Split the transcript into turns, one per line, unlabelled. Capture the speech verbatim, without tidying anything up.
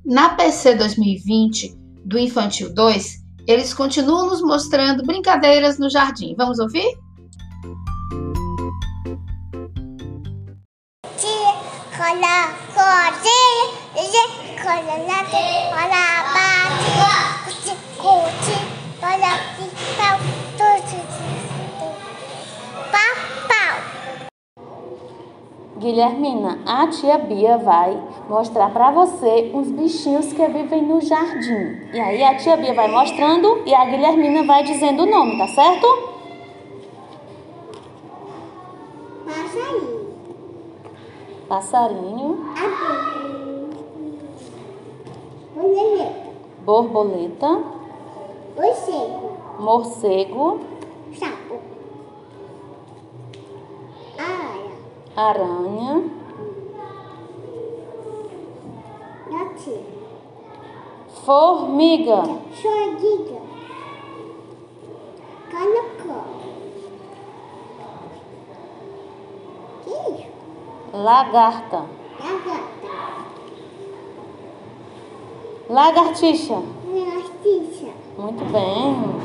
Na P C dois mil e vinte, do Infantil dois, eles continuam nos mostrando brincadeiras no jardim. Vamos ouvir?
Guilhermina, a tia Bia vai mostrar para você uns bichinhos que vivem no jardim. E aí a tia Bia vai mostrando e a Guilhermina vai dizendo o nome, tá certo?
Passarinho.
Passarinho.
Borboleta.
Borboleta.
Morcego.
Morcego.
Sapo. Aranha.
Aranha.
Gatinho.
Formiga.
Formiga. Caracol. Que isso?
Lagarta.
Lagarta.
Lagartixa.
Lagartixa.
Muito bem.